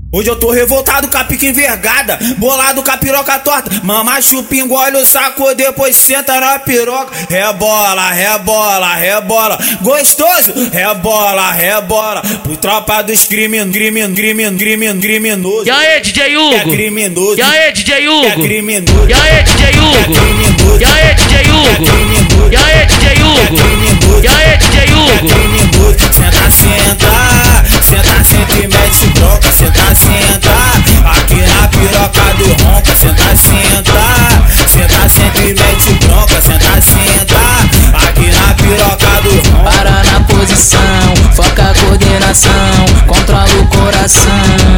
Hoje eu tô revoltado com a pica envergada, bolado com a piroca torta. Mama chupa, engole o saco, depois senta na piroca. Rebola, rebola, rebola, gostoso. Rebola, rebola, pro tropa dos criminoso. E aí, DJ Hugo? É criminoso. E aí, DJ Hugo? É criminoso. E aí, DJ Hugo? É criminoso. E aí, DJ Hugo? É criminoso. E aí, DJ Hugo? É criminoso. E aí, DJ É Hugo? criminoso. Senta, senta, senta, senta e mete bronca. Senta, senta, aqui na piroca do ronca. Senta, senta, senta, senta e mete bronca. Senta, senta, aqui na piroca do ronca. Para na posição, foca a coordenação, controla o coração.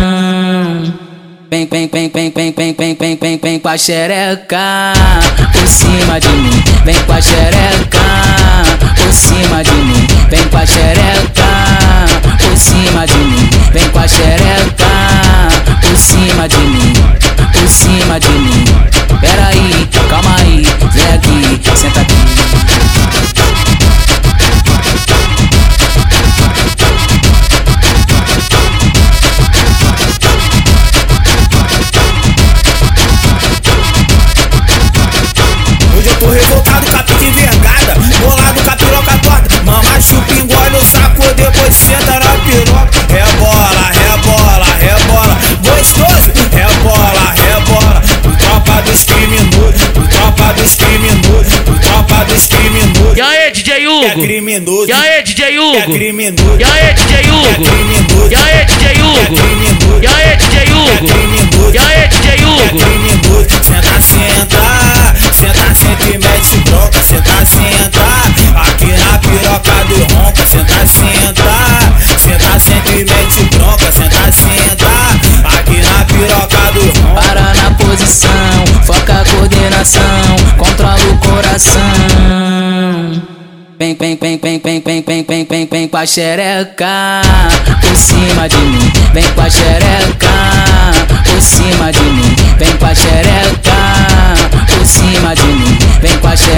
Vem com a xereca por cima de mim. Vem com a xereca por cima de mim. Vem com a xereca por cima de mim. Vem com a xereca por cima de mim. Por cima de mim. Pera aí, calma aí, vem aqui, senta aqui. Hoje eu tô revoltado com a pica envergada, bolado com a piroca torta. Mama chupa, engole o saco, depois senta na piroca. Rebola, rebola, rebola, gostoso. Rebola, rebola, pro tropa dos criminosos. Pro tropa dos criminosos. Pro tropa dos criminosos. E aí, DJ Hugo? É criminoso. E aí, DJ Hugo? É criminoso. E aí, DJ Hugo? É criminoso. E aí, DJ Hugo? É criminoso. E aí, DJ É Hugo? criminoso. E aí, DJ É Hugo? criminoso. Senta, senta, senta, senta e mete bronca. Senta, senta, aqui na piroca do ronca. Senta, senta, senta, senta e mete bronca. Senta, senta, aqui na piroca do ronca. Para na posição, foca a coordenação, controla o coração. Vem com a xereca por cima de mim. Vem com a xereca por cima de mim. Vem com a xereca por cima de mim. Vem com a xereca